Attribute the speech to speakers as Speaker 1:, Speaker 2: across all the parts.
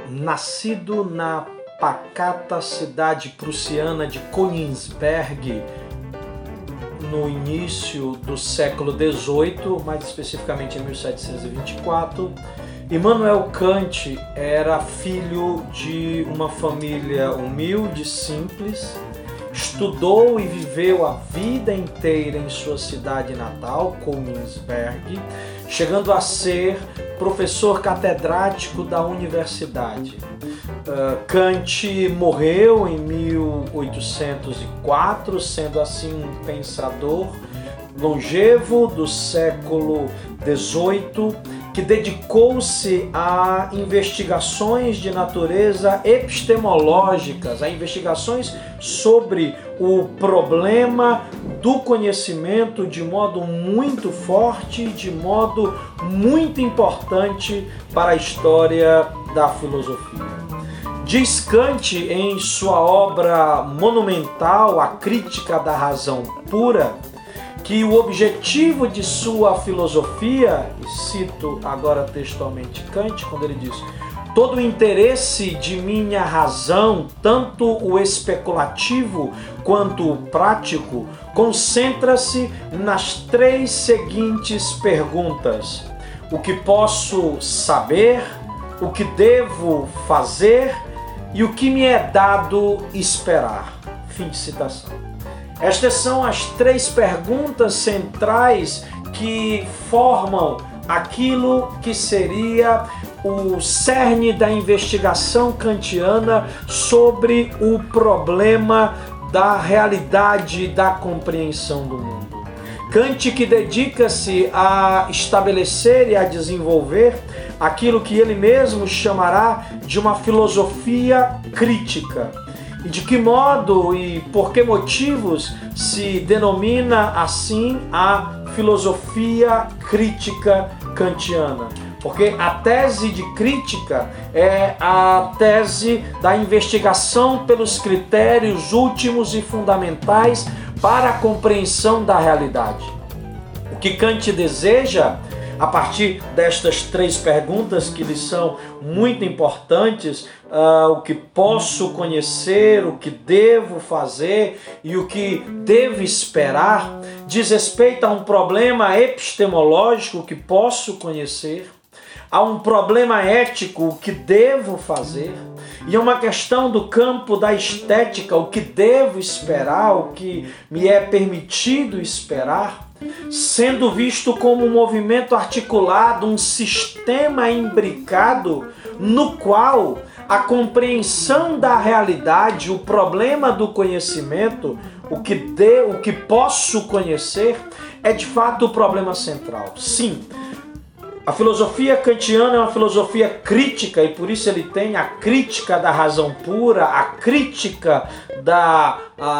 Speaker 1: Nascido na pacata cidade prussiana de Königsberg, no início do século XVIII, mais especificamente em 1724, Immanuel Kant era filho de uma família humilde, simples, estudou e viveu a vida inteira em sua cidade natal, Königsberg, chegando a ser professor catedrático da universidade. Kant morreu em 1804, sendo assim um pensador longevo do século XVIII, que dedicou-se a investigações de natureza epistemológicas, a investigações sobre o problema do conhecimento de modo muito forte, de modo muito importante para a história da filosofia. Diz Kant em sua obra monumental, A Crítica da Razão Pura, que o objetivo de sua filosofia, e cito agora textualmente Kant, quando ele diz: todo o interesse de minha razão, tanto o especulativo quanto o prático, concentra-se nas três seguintes perguntas: o que posso saber, o que devo fazer e o que me é dado esperar. Fim de citação. Estas são as três perguntas centrais que formam aquilo que seria o cerne da investigação kantiana sobre o problema da realidade da compreensão do mundo. Kant, que dedica-se a estabelecer e a desenvolver aquilo que ele mesmo chamará de uma filosofia crítica. E de que modo e por que motivos se denomina assim a filosofia crítica kantiana? Porque a tese de crítica é a tese da investigação pelos critérios últimos e fundamentais para a compreensão da realidade. O que Kant deseja, a partir destas três perguntas que lhe são muito importantes, o que posso conhecer, o que devo fazer e o que devo esperar, diz respeito a um problema epistemológico, o que posso conhecer, a um problema ético, o que devo fazer, e a uma questão do campo da estética, o que devo esperar, o que me é permitido esperar, sendo visto como um movimento articulado, um sistema imbricado no qual a compreensão da realidade, o problema do conhecimento, o que posso conhecer, é de fato o problema central. Sim, a filosofia kantiana é uma filosofia crítica e por isso ele tem a crítica da razão pura, a crítica da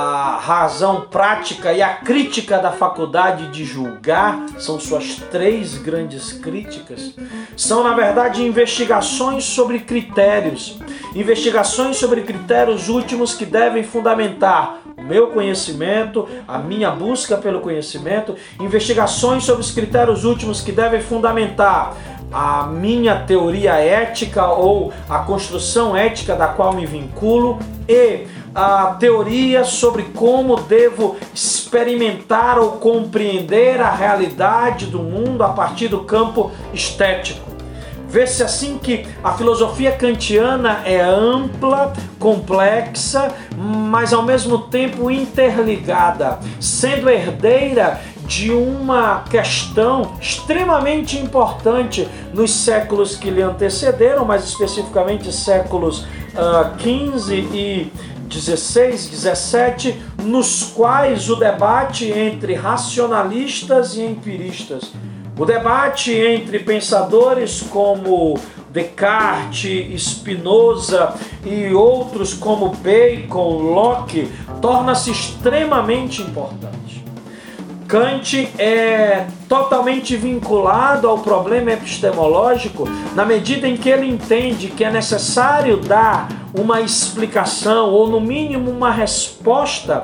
Speaker 1: razão prática e a crítica da faculdade de julgar. São suas três grandes críticas. São, na verdade, investigações sobre critérios últimos que devem fundamentar o meu conhecimento, a minha busca pelo conhecimento, investigações sobre os critérios últimos que devem fundamentar a minha teoria ética ou a construção ética da qual me vinculo e a teoria sobre como devo experimentar ou compreender a realidade do mundo a partir do campo estético. Vê-se assim que a filosofia kantiana é ampla, complexa, mas ao mesmo tempo interligada, sendo herdeira de uma questão extremamente importante nos séculos que lhe antecederam, mais especificamente séculos XV e XVI, XVII, nos quais o debate entre racionalistas e empiristas, o debate entre pensadores como Descartes, Spinoza e outros como Bacon, Locke, torna-se extremamente importante. Kant é totalmente vinculado ao problema epistemológico na medida em que ele entende que é necessário dar uma explicação ou, no mínimo, uma resposta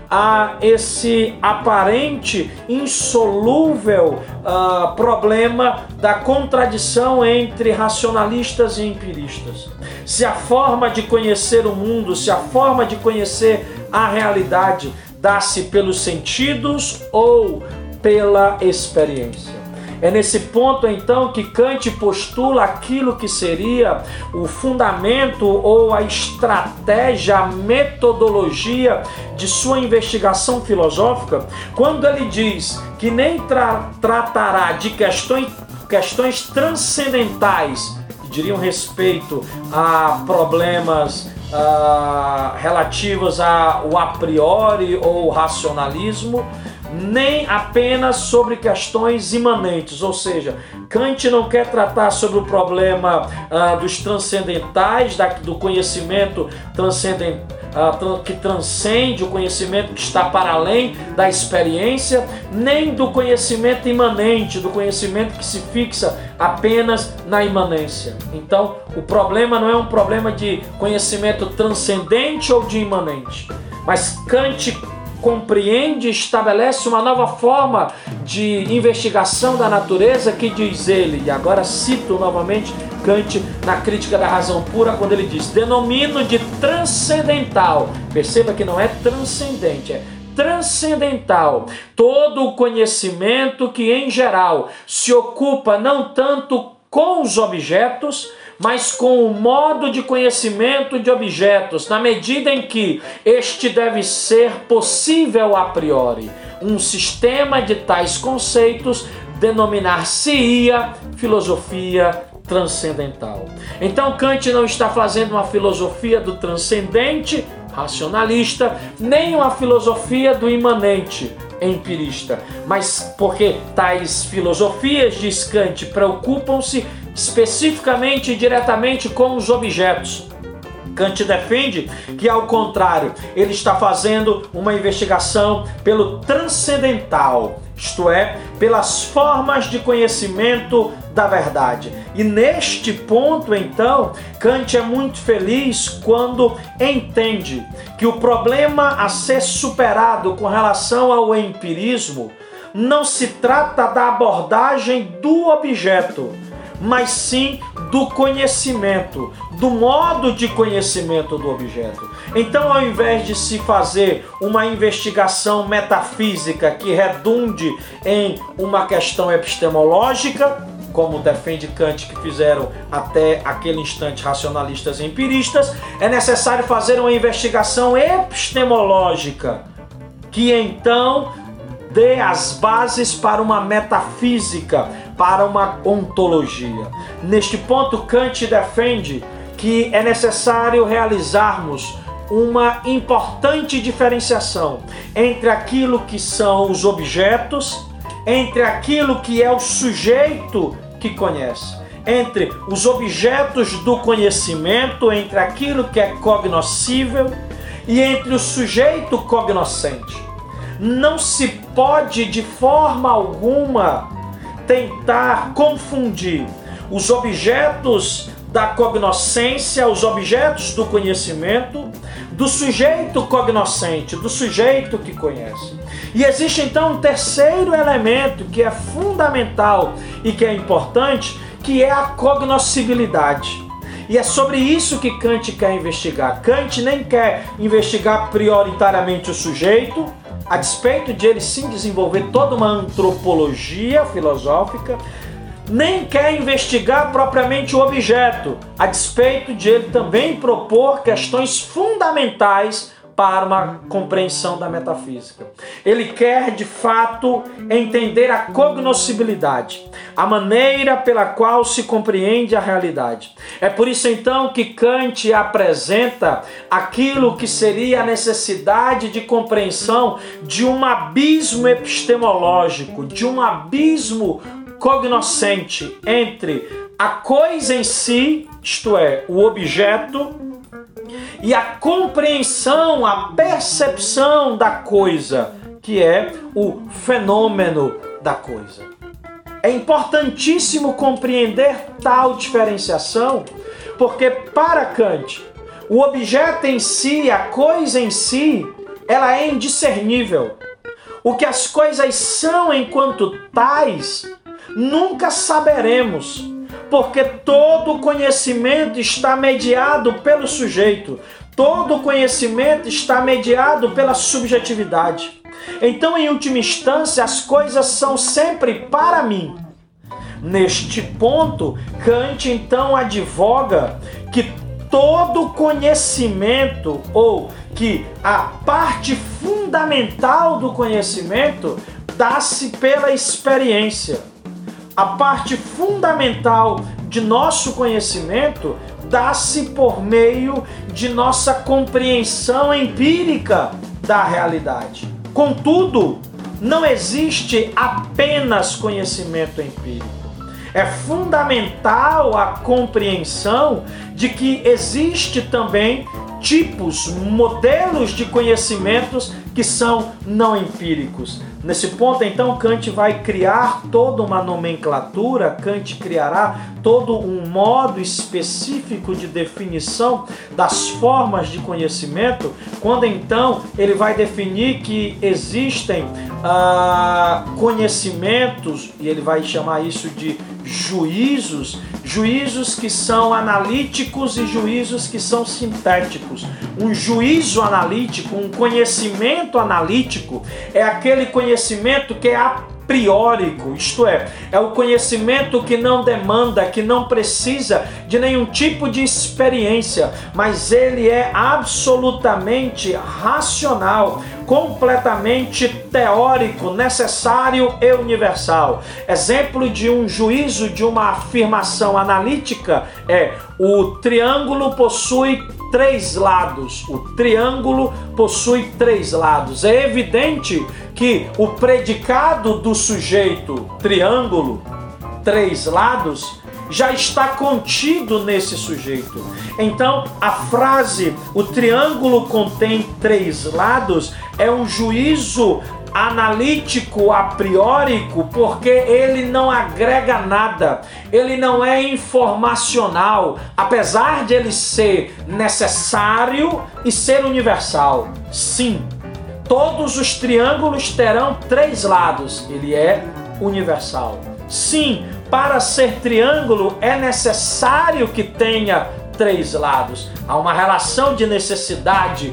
Speaker 1: a esse aparente, insolúvel problema da contradição entre racionalistas e empiristas. Se a forma de conhecer o mundo, se a forma de conhecer a realidade dá-se pelos sentidos ou pela experiência. É nesse ponto, então, que Kant postula aquilo que seria o fundamento ou a estratégia, a metodologia de sua investigação filosófica, quando ele diz que nem tratará de questões transcendentais, que diriam respeito a problemas relativos ao a priori ou racionalismo, nem apenas sobre questões imanentes, ou seja, Kant não quer tratar sobre o problema dos transcendentais, do conhecimento que transcende, o conhecimento que está para além da experiência, nem do conhecimento imanente, do conhecimento que se fixa apenas na imanência. Então, o problema não é um problema de conhecimento transcendente ou de imanente, mas Kant compreende e estabelece uma nova forma de investigação da natureza que diz ele, e agora cito novamente Kant na Crítica da Razão Pura, quando ele diz: denomino de transcendental, perceba que não é transcendente, é transcendental, todo o conhecimento que em geral se ocupa não tanto com os objetos, mas com o modo de conhecimento de objetos, na medida em que este deve ser possível a priori. Um sistema de tais conceitos denominar-se-ia filosofia transcendental. Então Kant não está fazendo uma filosofia do transcendente, racionalista, nem uma filosofia do imanente, empirista, mas porque tais filosofias, diz Kant, preocupam-se especificamente e diretamente com os objetos. Kant defende que, ao contrário, ele está fazendo uma investigação pelo transcendental, isto é, pelas formas de conhecimento da verdade. E neste ponto, então, Kant é muito feliz quando entende que o problema a ser superado com relação ao empirismo não se trata da abordagem do objeto, mas sim do conhecimento, do modo de conhecimento do objeto. Então, ao invés de se fazer uma investigação metafísica que redunde em uma questão epistemológica, como defende Kant que fizeram até aquele instante racionalistas e empiristas, é necessário fazer uma investigação epistemológica, que então dê as bases para uma metafísica, para uma ontologia. Neste ponto, Kant defende que é necessário realizarmos uma importante diferenciação entre aquilo que são os objetos, entre aquilo que é o sujeito que conhece, entre os objetos do conhecimento, entre aquilo que é cognoscível e entre o sujeito cognoscente. Não se pode de forma alguma tentar confundir os objetos da cognoscência, os objetos do conhecimento, do sujeito cognoscente, do sujeito que conhece. E existe então um terceiro elemento que é fundamental e que é importante, que é a cognoscibilidade. E é sobre isso que Kant quer investigar. Kant nem quer investigar prioritariamente o sujeito, a despeito de ele sim desenvolver toda uma antropologia filosófica, nem quer investigar propriamente o objeto, a despeito de ele também propor questões fundamentais para uma compreensão da metafísica. Ele quer, de fato, entender a cognoscibilidade, a maneira pela qual se compreende a realidade. É por isso, então, que Kant apresenta aquilo que seria a necessidade de compreensão de um abismo epistemológico, de um abismo cognoscente entre a coisa em si, isto é, o objeto, e a compreensão, a percepção da coisa, que é o fenômeno da coisa. É importantíssimo compreender tal diferenciação, porque para Kant, o objeto em si, a coisa em si, ela é indiscernível. O que as coisas são enquanto tais, nunca saberemos, porque todo conhecimento está mediado pelo sujeito, todo conhecimento está mediado pela subjetividade. Então, em última instância, as coisas são sempre para mim. Neste ponto, Kant então advoga que todo conhecimento, ou que a parte fundamental do conhecimento, dá-se pela experiência. A parte fundamental de nosso conhecimento dá-se por meio de nossa compreensão empírica da realidade. Contudo, não existe apenas conhecimento empírico. É fundamental a compreensão de que existe também tipos, modelos de conhecimentos que são não empíricos. Nesse ponto, então, Kant vai criar toda uma nomenclatura, Kant criará todo um modo específico de definição das formas de conhecimento, quando então ele vai definir que existem conhecimentos, e ele vai chamar isso de juízos que são analíticos e juízos que são sintéticos. Um juízo analítico, um conhecimento analítico, é aquele conhecimento que é a priórico, isto é o conhecimento que não demanda, que não precisa de nenhum tipo de experiência, mas ele é absolutamente racional, completamente teórico, necessário e universal. Exemplo de um juízo, de uma afirmação analítica é: o triângulo possui 3 lados. O triângulo possui 3 lados. É evidente que o predicado do sujeito triângulo, 3 lados, já está contido nesse sujeito. Então, a frase "o triângulo contém 3 lados" é um juízo analítico a priórico, porque ele não agrega nada, ele não é informacional, apesar de ele ser necessário e ser universal. Sim, todos os triângulos terão 3 lados, ele é universal. Sim, para ser triângulo é necessário que tenha 3 lados. Há uma relação de necessidade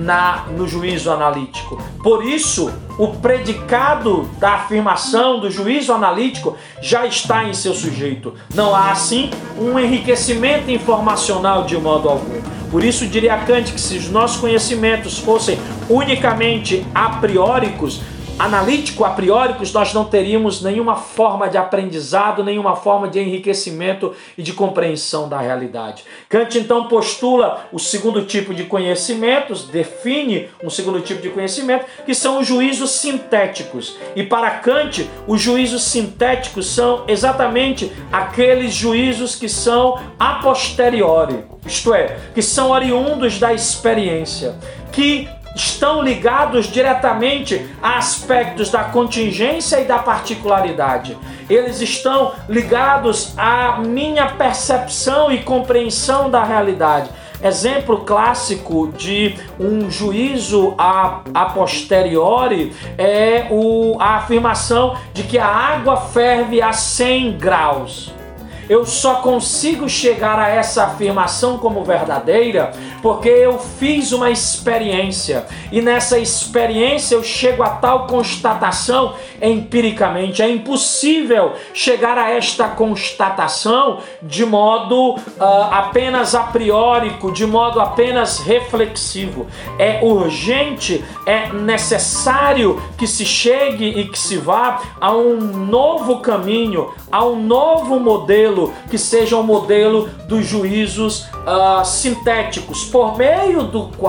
Speaker 1: no juízo analítico. Por isso, o predicado da afirmação do juízo analítico já está em seu sujeito. Não há, assim, um enriquecimento informacional de modo algum. Por isso, diria Kant que se os nossos conhecimentos fossem unicamente aprióricos, analítico, a prióricos, nós não teríamos nenhuma forma de aprendizado, nenhuma forma de enriquecimento e de compreensão da realidade. Kant então postula o segundo tipo de conhecimentos, define um segundo tipo de conhecimento, que são os juízos sintéticos. E para Kant, os juízos sintéticos são exatamente aqueles juízos que são a posteriori, isto é, que são oriundos da experiência, que estão ligados diretamente a aspectos da contingência e da particularidade. Eles estão ligados à minha percepção e compreensão da realidade. Exemplo clássico de um juízo a posteriori é a afirmação de que a água ferve a 100 graus. Eu só consigo chegar a essa afirmação como verdadeira porque eu fiz uma experiência. E nessa experiência eu chego a tal constatação empiricamente. É impossível chegar a esta constatação de modo apenas a priórico, de modo apenas reflexivo. É urgente, é necessário que se chegue e que se vá a um novo caminho, a um novo modelo, que seja o modelo dos juízos sintéticos, por meio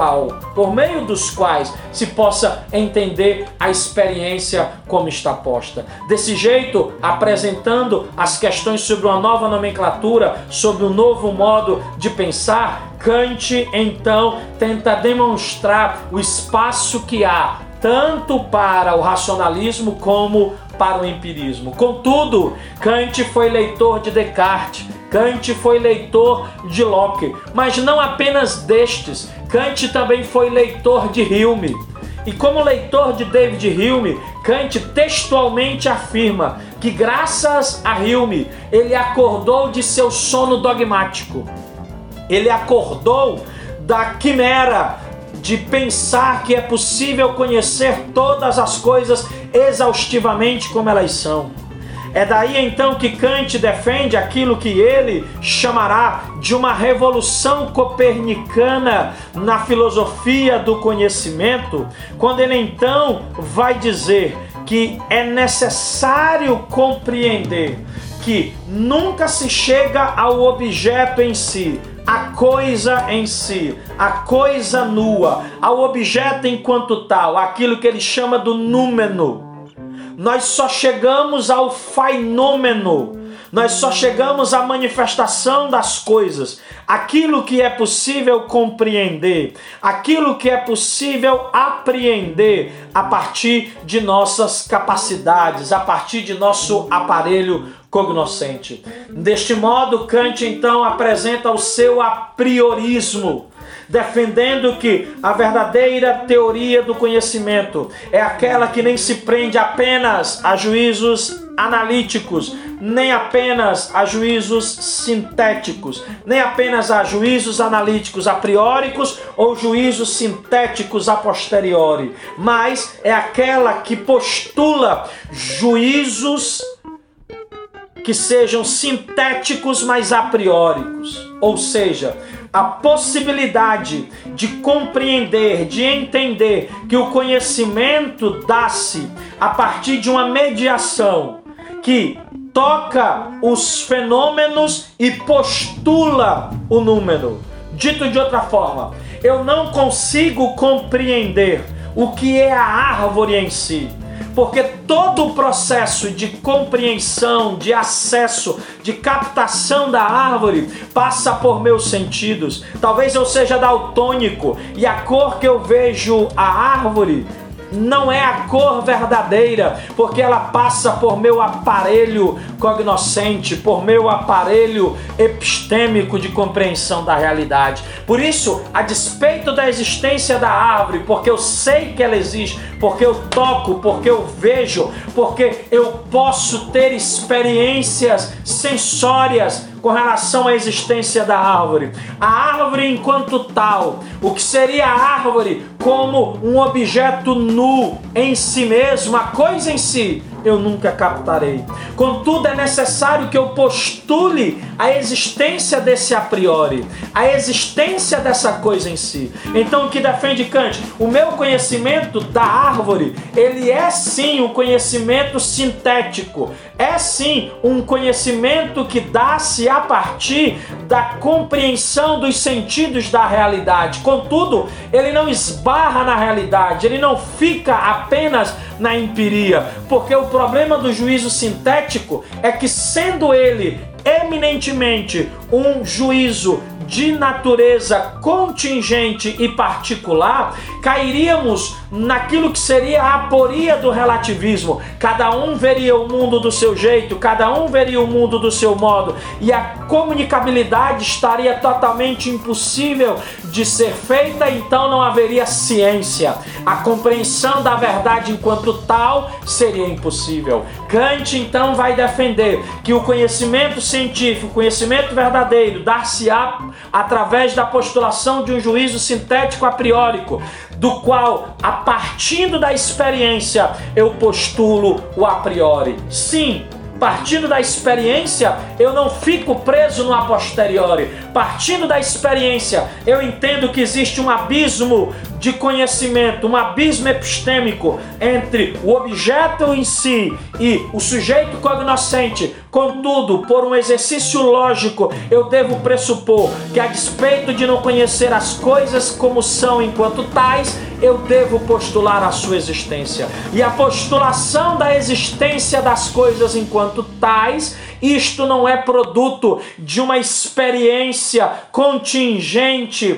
Speaker 1: dos quais se possa entender a experiência como está posta. Desse jeito, apresentando as questões sobre uma nova nomenclatura, sobre um novo modo de pensar, Kant então tenta demonstrar o espaço que há tanto para o racionalismo como para o empirismo. Contudo, Kant foi leitor de Descartes, Kant foi leitor de Locke, mas não apenas destes. Kant também foi leitor de Hume. E como leitor de David Hume, Kant textualmente afirma que graças a Hume, ele acordou de seu sono dogmático. Ele acordou da quimera de pensar que é possível conhecer todas as coisas exaustivamente como elas são. É daí então que Kant defende aquilo que ele chamará de uma revolução copernicana na filosofia do conhecimento, quando ele então vai dizer que é necessário compreender que nunca se chega ao objeto em si, a coisa em si, a coisa nua, ao objeto enquanto tal, aquilo que ele chama do númeno. Nós só chegamos ao fenômeno, nós só chegamos à manifestação das coisas, aquilo que é possível compreender, aquilo que é possível apreender a partir de nossas capacidades, a partir de nosso aparelho cognoscente. Deste modo, Kant então apresenta o seu apriorismo, defendendo que a verdadeira teoria do conhecimento é aquela que nem se prende apenas a juízos analíticos, nem apenas a juízos sintéticos, nem apenas a juízos analíticos a prióricos ou juízos sintéticos a posteriori, mas é aquela que postula juízos que sejam sintéticos, mas a prióricos, ou seja, a possibilidade de compreender, de entender que o conhecimento dá-se a partir de uma mediação que toca os fenômenos e postula o número. Dito de outra forma, eu não consigo compreender o que é a árvore em si, porque todo o processo de compreensão, de acesso, de captação da árvore passa por meus sentidos. Talvez eu seja daltônico e a cor que eu vejo a árvore não é a cor verdadeira, porque ela passa por meu aparelho cognoscente, por meu aparelho epistêmico de compreensão da realidade. Por isso, a despeito da existência da árvore, porque eu sei que ela existe, porque eu toco, porque eu vejo, porque eu posso ter experiências sensórias com relação à existência da árvore. A árvore enquanto tal, o que seria a árvore como um objeto nu em si mesmo, a coisa em si, eu nunca captarei. Contudo, é necessário que eu postule a existência desse a priori, a existência dessa coisa em si. Então, o que defende Kant? O meu conhecimento da árvore, ele é sim um conhecimento sintético, é sim um conhecimento que dá-se a partir da compreensão dos sentidos da realidade. Contudo, ele não esbarra na realidade, ele não fica apenas na empiria, porque o problema do juízo sintético é que, sendo ele eminentemente um juízo de natureza contingente e particular, cairíamos naquilo que seria a aporia do relativismo. Cada um veria o mundo do seu jeito, cada um veria o mundo do seu modo, e a comunicabilidade estaria totalmente impossível de ser feita, então não haveria ciência. A compreensão da verdade enquanto tal seria impossível. Kant então vai defender que o conhecimento científico, o conhecimento verdadeiro, dar-se-á através da postulação de um juízo sintético a priórico, do qual, a partir da experiência, eu postulo o a priori. Sim, partindo da experiência, eu não fico preso no a posteriori. Partindo da experiência, eu entendo que existe um abismo de conhecimento, um abismo epistêmico entre o objeto em si e o sujeito cognoscente. Contudo, por um exercício lógico, eu devo pressupor que, a despeito de não conhecer as coisas como são enquanto tais, eu devo postular a sua existência. E a postulação da existência das coisas enquanto tais, isto não é produto de uma experiência contingente,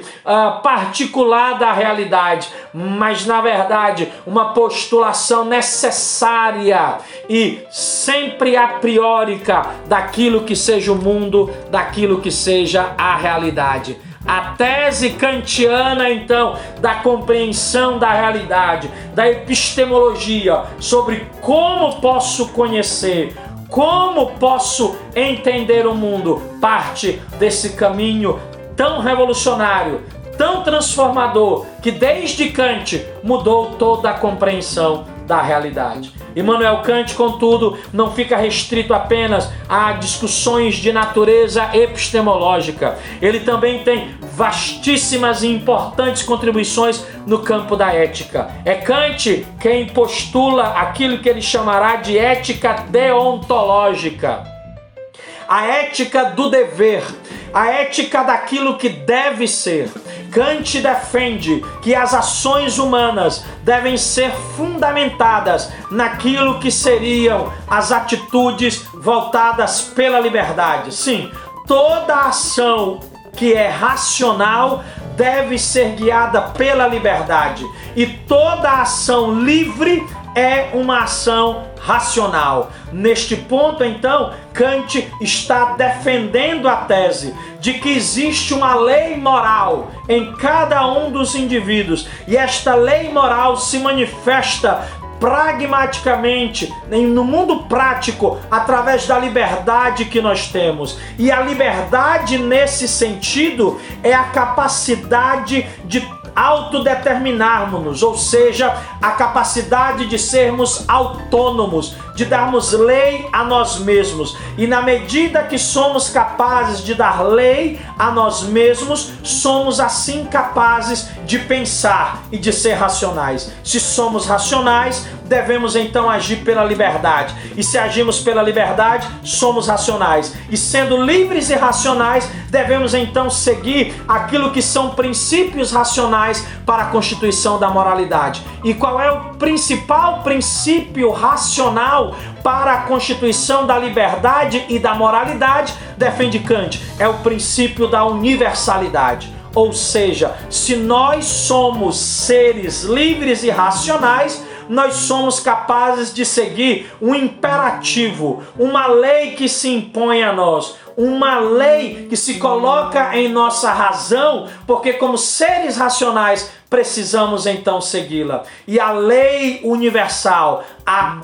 Speaker 1: particular da realidade, mas, na verdade, uma postulação necessária e sempre a priori daquilo que seja o mundo, daquilo que seja a realidade. A tese kantiana, então, da compreensão da realidade, da epistemologia, sobre como posso conhecer, como posso entender o mundo, parte desse caminho tão revolucionário, tão transformador, que desde Kant mudou toda a compreensão da realidade. Immanuel Kant, contudo, não fica restrito apenas a discussões de natureza epistemológica. Ele também tem vastíssimas e importantes contribuições no campo da ética. É Kant quem postula aquilo que ele chamará de ética deontológica. A ética do dever, a ética daquilo que deve ser. Kant defende que as ações humanas devem ser fundamentadas naquilo que seriam as atitudes voltadas pela liberdade. Sim, toda ação que é racional deve ser guiada pela liberdade, e toda ação livre é uma ação racional. Neste ponto, então, Kant está defendendo a tese de que existe uma lei moral em cada um dos indivíduos, e esta lei moral se manifesta pragmaticamente, no mundo prático, através da liberdade que nós temos. E a liberdade, nesse sentido, é a capacidade de autodeterminarmos-nos, ou seja, a capacidade de sermos autônomos, de darmos lei a nós mesmos. E na medida que somos capazes de dar lei a nós mesmos, somos assim capazes de pensar e de ser racionais. Se somos racionais, devemos então agir pela liberdade. E se agimos pela liberdade, somos racionais. E sendo livres e racionais, devemos então seguir aquilo que são princípios racionais para a constituição da moralidade. E qual é o principal princípio racional para a constituição da liberdade e da moralidade? Defende Kant, é o princípio da universalidade. Ou seja, se nós somos seres livres e racionais, nós somos capazes de seguir um imperativo, uma lei que se impõe a nós, uma lei que se coloca em nossa razão, porque como seres racionais precisamos então segui-la. E a lei universal, a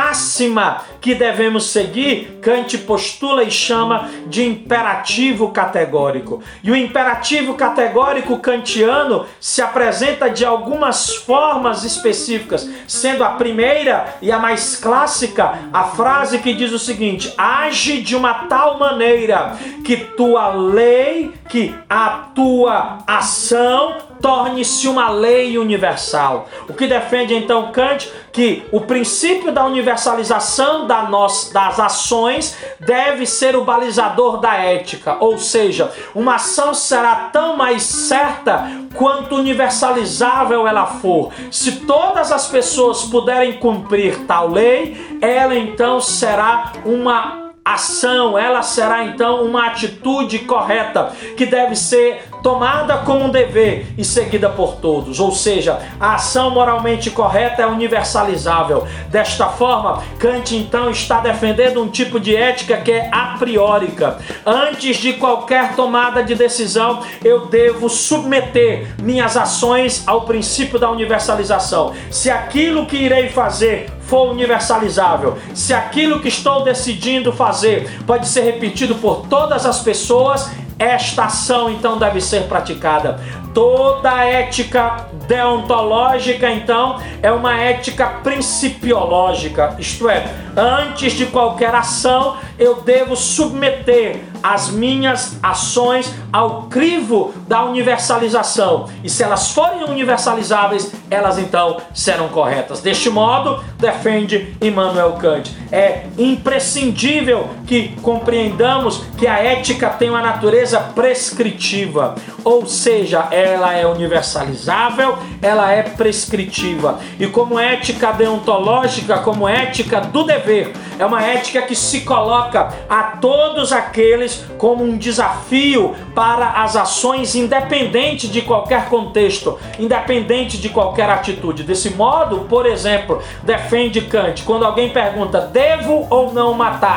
Speaker 1: máxima que devemos seguir, Kant postula e chama de imperativo categórico. E o imperativo categórico kantiano se apresenta de algumas formas específicas, sendo a primeira e a mais clássica a frase que diz o seguinte: age de uma tal maneira que tua lei, que a tua ação torne-se uma lei universal. O que defende então Kant? Que o princípio da universalização das ações deve ser o balizador da ética, ou seja, uma ação será tão mais certa quanto universalizável ela for. Se todas as pessoas puderem cumprir tal lei, ela então será uma ação, ela será então uma atitude correta, que deve ser tomada como um dever e seguida por todos. Ou seja, a ação moralmente correta é universalizável. Desta forma, Kant então está defendendo um tipo de ética que é a priórica. Antes de qualquer tomada de decisão, eu devo submeter minhas ações ao princípio da universalização. Se aquilo que irei fazer for universalizável, se aquilo que estou decidindo fazer pode ser repetido por todas as pessoas, esta ação então deve ser praticada. Toda a ética deontológica então é uma ética principiológica, isto é, antes de qualquer ação eu devo submeter as minhas ações ao crivo da universalização, e se elas forem universalizáveis, elas então serão corretas. Deste modo, defende Immanuel Kant, é imprescindível que compreendamos que a ética tem uma natureza prescritiva, ou seja, ela é universalizável, ela é prescritiva. E como ética deontológica, como ética do dever, é uma ética que se coloca a todos aqueles como um desafio para as ações, independente de qualquer contexto, independente de qualquer atitude. Desse modo, por exemplo, defende Kant, quando alguém pergunta, devo ou não matar?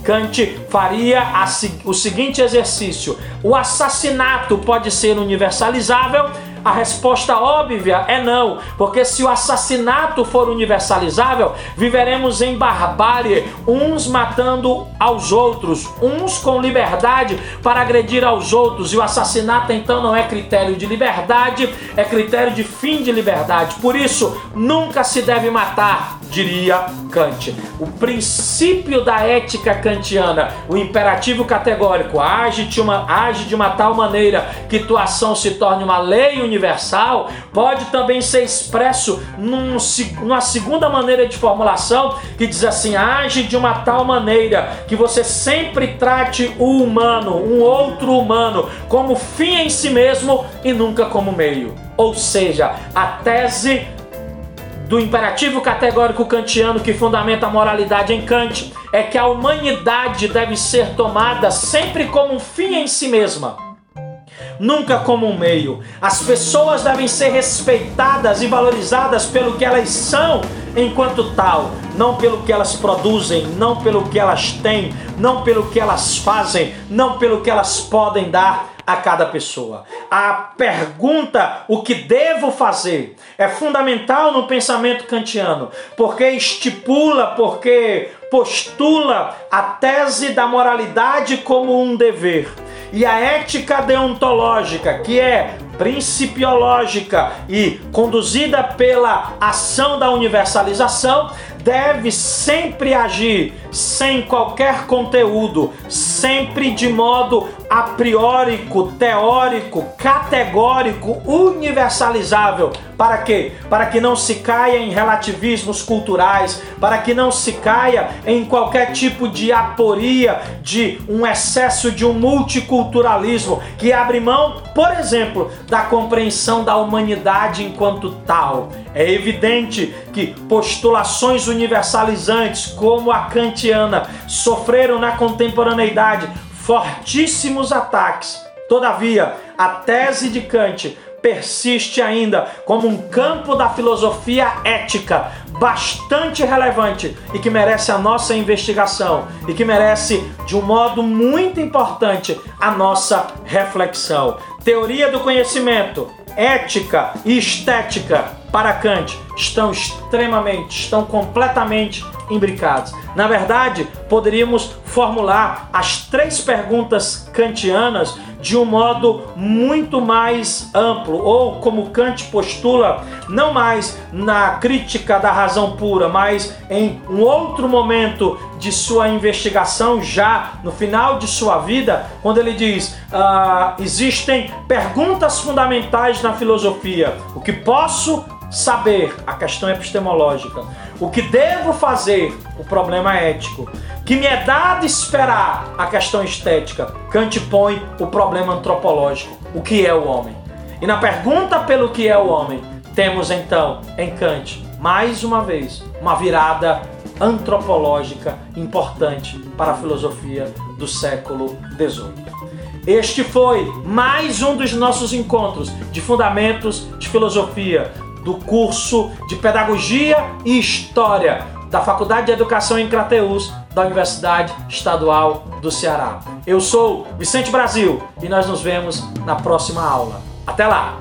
Speaker 1: Kant faria o seguinte exercício: o assassinato pode ser universalizável? A resposta óbvia é não, porque se o assassinato for universalizável, viveremos em barbárie, uns matando aos outros, uns com liberdade para agredir aos outros, e o assassinato então não é critério de liberdade, é critério de fim de liberdade. Por isso, nunca se deve matar, diria Kant. O princípio da ética kantiana, o imperativo categórico, age de uma tal maneira que tua ação se torne uma lei universal, pode também ser expresso numa segunda maneira de formulação, que diz assim: age de uma tal maneira que você sempre trate o humano, um outro humano, como fim em si mesmo e nunca como meio. Ou seja, a tese do imperativo categórico kantiano que fundamenta a moralidade em Kant é que a humanidade deve ser tomada sempre como um fim em si mesma, nunca como um meio. As pessoas devem ser respeitadas e valorizadas pelo que elas são enquanto tal, não pelo que elas produzem, não pelo que elas têm, não pelo que elas fazem, não pelo que elas podem dar a cada pessoa. A pergunta, o que devo fazer, é fundamental no pensamento kantiano, porque postula a tese da moralidade como um dever. E a ética deontológica, que é principiológica e conduzida pela ação da universalização, deve sempre agir sem qualquer conteúdo, sempre de modo a priórico, teórico, categórico, universalizável. Para quê? Para que não se caia em relativismos culturais, para que não se caia em qualquer tipo de aporia, de um excesso de um multiculturalismo que abre mão, por exemplo, da compreensão da humanidade enquanto tal. É evidente que postulações universalizantes como a kantiana sofreram na contemporaneidade fortíssimos ataques. Todavia, a tese de Kant persiste ainda como um campo da filosofia ética bastante relevante e que merece a nossa investigação e que merece, de um modo muito importante, a nossa reflexão. Teoria do conhecimento, ética e estética para Kant estão completamente imbricados. Na verdade, poderíamos formular as 3 perguntas kantianas de um modo muito mais amplo, ou como Kant postula, não mais na crítica da razão pura, mas em um outro momento de sua investigação, já no final de sua vida, quando ele diz: existem perguntas fundamentais na filosofia. O que posso saber, a questão epistemológica. O que devo fazer, o problema ético. Que me é dado esperar, a questão estética. Kant põe o problema antropológico. O que é o homem? E na pergunta pelo que é o homem, temos então, em Kant, mais uma vez, uma virada antropológica importante para a filosofia do século XVIII. Este foi mais um dos nossos encontros de Fundamentos de Filosofia, do curso de Pedagogia e História da Faculdade de Educação em Crateús, da Universidade Estadual do Ceará. Eu sou Vicente Brasil e nós nos vemos na próxima aula. Até lá!